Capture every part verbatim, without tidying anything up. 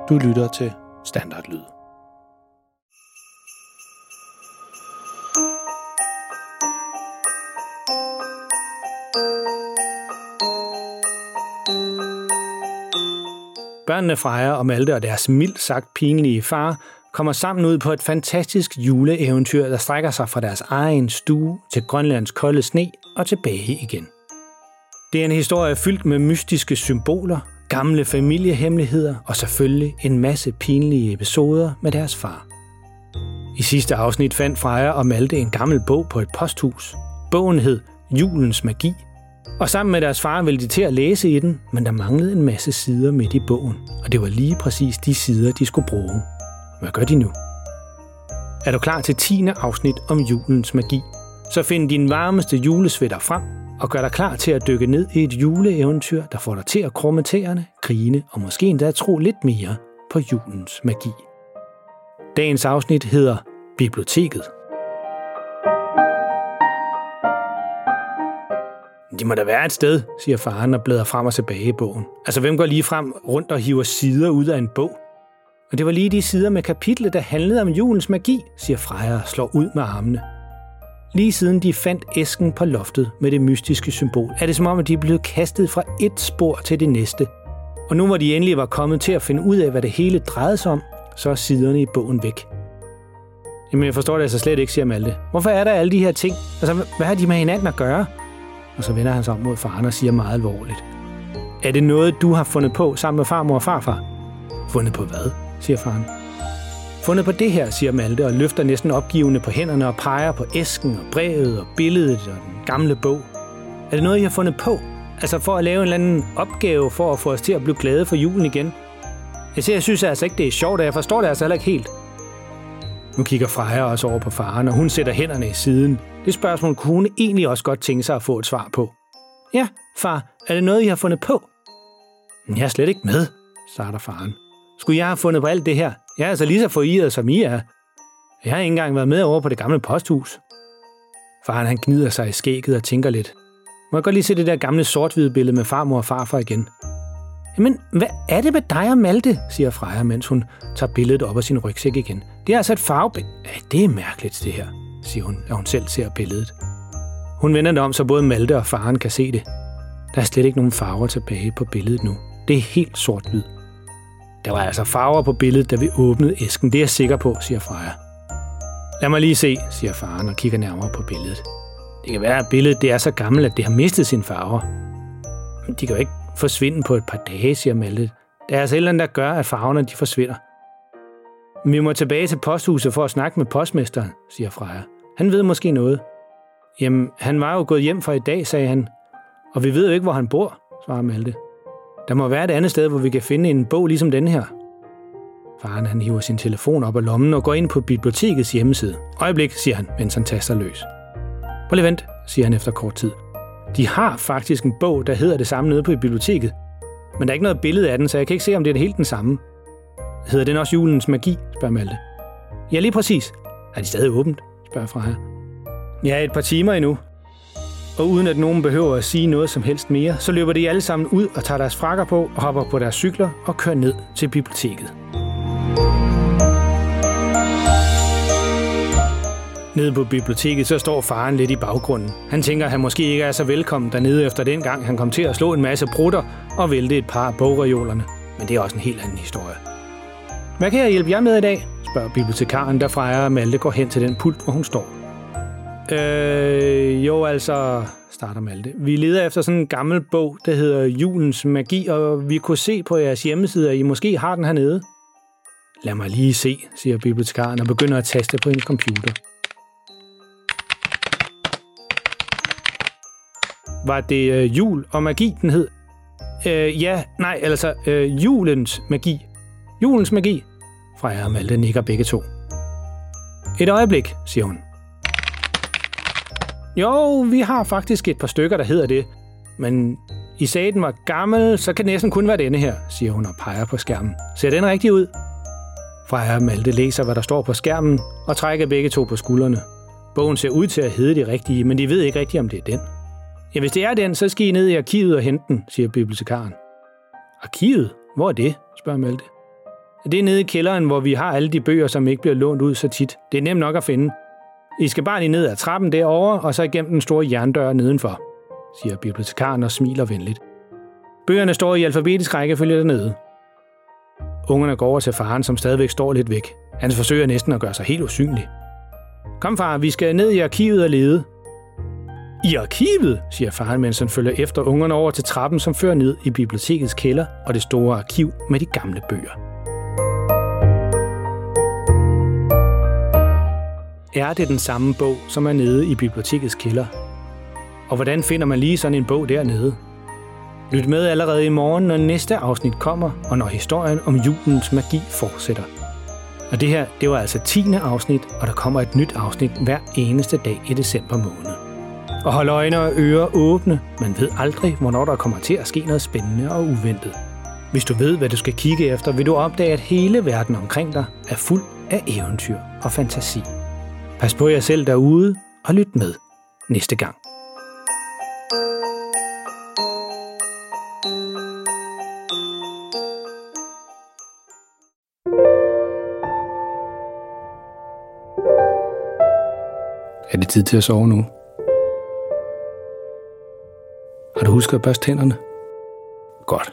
Du lytter til Standardlyd. Børnene Freja og Malte og deres mildt sagt pinlige far kommer sammen ud på et fantastisk juleeventyr, der strækker sig fra deres egen stue til Grønlands kolde sne og tilbage igen. Det er en historie fyldt med mystiske symboler, gamle familiehemmeligheder og selvfølgelig en masse pinlige episoder med deres far. I sidste afsnit fandt Freja og Malte en gammel bog på et posthus. Bogen hed Julens Magi, og sammen med deres far ville de til at læse i den, men der manglede en masse sider midt i bogen, og det var lige præcis de sider, de skulle bruge. Hvad gør de nu? Er du klar til tiende afsnit om julens magi? Så find din varmeste julesvætter frem og gør dig klar til at dykke ned i et juleeventyr, der får dig til at krumme tæerne, grine og måske endda tro lidt mere på julens magi. Dagens afsnit hedder Biblioteket. De må da være et sted, siger faren og bladrer frem og tilbage i bogen. Altså, hvem går lige frem rundt og hiver sider ud af en bog? Og det var lige de sider med kapitlet, der handlede om julens magi, siger Freja og slår ud med armene. Lige siden de fandt æsken på loftet med det mystiske symbol, er det som om, at de er blevet kastet fra et spor til det næste. Og nu hvor de endelig var kommet til at finde ud af, hvad det hele drejede sig om, så er siderne i bogen væk. Jamen, jeg forstår det altså slet ikke, siger Malte. Hvorfor er der alle de her ting? Altså, hvad har de med hinanden at gøre? Og så vender han sig om mod faren og siger meget alvorligt. Er det noget, du har fundet på sammen med farmor og farfar? Fundet på hvad? Siger faren. Fundet på det her, siger Malte og løfter næsten opgivende på hænderne og peger på æsken og brevet og billedet og den gamle bog. Er det noget, I har fundet på? Altså for at lave en eller anden opgave for at få os til at blive glade for julen igen? Jeg siger, jeg synes altså ikke, det er sjovt, og jeg forstår det altså heller ikke helt. Nu kigger Freja også over på faren, og hun sætter hænderne i siden. Det spørgsmål kunne hun egentlig også godt tænke sig at få et svar på. Ja, far, er det noget, I har fundet på? Jeg er slet ikke med, starter faren. Skulle jeg have fundet på alt det her? Jeg er altså lige så forvirret, som I er. Jeg har ikke engang været med over på det gamle posthus. Faren han gnider sig i skægget og tænker lidt. Må jeg godt lige se det der gamle sort-hvide billede med farmor og farfar igen? Jamen, hvad er det med dig og Malte, siger Freja, mens hun tager billedet op af sin rygsæk igen. Det er altså et farvebillede. Ja, det er mærkeligt, det her, siger hun, da hun selv ser billedet. Hun vender det om, så både Malte og faren kan se det. Der er slet ikke nogen farver tilbage på billedet nu. Det er helt sort-hvid. Der var altså farver på billedet, da vi åbnede æsken. Det er jeg sikker på, siger Freja. Lad mig lige se, siger faren og kigger nærmere på billedet. Det kan være, at billedet det er så gammelt, at det har mistet sine farver. Men de kan jo ikke forsvinde på et par dage, siger Malte. Der er altså et eller andet, der gør, at farverne de forsvinder. Men vi må tilbage til posthuset for at snakke med postmesteren, siger Freja. Han ved måske noget. Jamen, han var jo gået hjem fra i dag, sagde han. Og vi ved jo ikke, hvor han bor, svarer Malte. Der må være et andet sted, hvor vi kan finde en bog ligesom den her. Faren han hiver sin telefon op af lommen og går ind på bibliotekets hjemmeside. Øjeblik, siger han, mens han taster løs. Prøv lige vent, siger han efter kort tid. De har faktisk en bog, der hedder det samme nede på biblioteket. Men der er ikke noget billede af den, så jeg kan ikke se, om det er helt den samme. Hedder den også julens magi, spørger Malte. Ja, lige præcis. Er de stadig åbent, spørger Freja. Ja, et par timer endnu. Og uden at nogen behøver at sige noget som helst mere, så løber de alle sammen ud og tager deres frakker på og hopper på deres cykler og kører ned til biblioteket. Nede på biblioteket så står faren lidt i baggrunden. Han tænker, at han måske ikke er så velkommen dernede efter den gang, han kom til at slå en masse prutter og vælte et par af bogreolerne. Men det er også en helt anden historie. Hvad kan jeg hjælpe jer med i dag? Spørger bibliotekaren, der Freja og Malte går hen til den pult, hvor hun står. Øh, jo altså, starter Malte. Vi leder efter sådan en gammel bog, der hedder Julens Magi, og vi kunne se på jeres hjemmeside, at I måske har den hernede. Lad mig lige se, siger bibliotekaren og begynder at taste på en computer. Var det øh, jul og magi, den hed? Øh, ja, nej, altså øh, julens magi. Julens magi. Freja og Malte nikker begge to. Et øjeblik, siger hun. Jo, vi har faktisk et par stykker, der hedder det. Men I sagde, den var gammel, så kan det næsten kun være denne her, siger hun og peger på skærmen. Ser den rigtig ud? Freja og Malte læser, hvad der står på skærmen, og trækker begge to på skuldrene. Bogen ser ud til at hedde det rigtige, men de ved ikke rigtigt, om det er den. Ja, hvis det er den, så skal I ned i arkivet og hente den, siger bibliotekaren. Arkivet? Hvor er det? Spørger Malte. Det er nede i kælderen, hvor vi har alle de bøger, som ikke bliver lånt ud så tit. Det er nemt nok at finde. I skal bare lige ned ad trappen derovre, og så igennem den store jerndør nedenfor, siger bibliotekaren og smiler venligt. Bøgerne står i alfabetisk rækkefølge dernede. Ungerne går over til faren, som stadigvæk står lidt væk. Han forsøger næsten at gøre sig helt usynlig. Kom far, vi skal ned i arkivet og lede. I arkivet, siger faren, mens han følger efter ungerne over til trappen, som fører ned i bibliotekets kælder og det store arkiv med de gamle bøger. Er det den samme bog, som er nede i bibliotekets kælder? Og hvordan finder man lige sådan en bog dernede? Lyt med allerede i morgen, når næste afsnit kommer, og når historien om julens magi fortsætter. Og det her, det var altså tiende afsnit, og der kommer et nyt afsnit hver eneste dag i december måned. Og hold øjne og ører åbne. Man ved aldrig, hvornår der kommer til at ske noget spændende og uventet. Hvis du ved, hvad du skal kigge efter, vil du opdage, at hele verden omkring dig er fuld af eventyr og fantasi. Pas på jer selv derude, og lyt med næste gang. Er det tid til at sove nu? Har du husket at børste tænderne? Godt.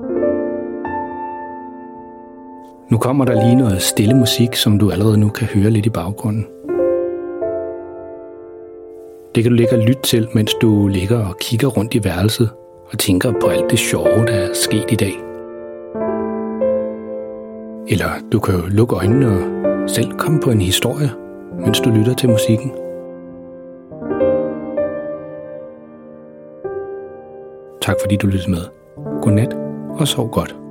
Nu kommer der lige noget stille musik, som du allerede nu kan høre lidt i baggrunden. Det kan du ligge og lytte til, mens du ligger og kigger rundt i værelset og tænker på alt det sjove, der er sket i dag. Eller du kan jo lukke øjnene og selv komme på en historie, mens du lytter til musikken. Tak fordi du lyttede med. Godnat og sov godt.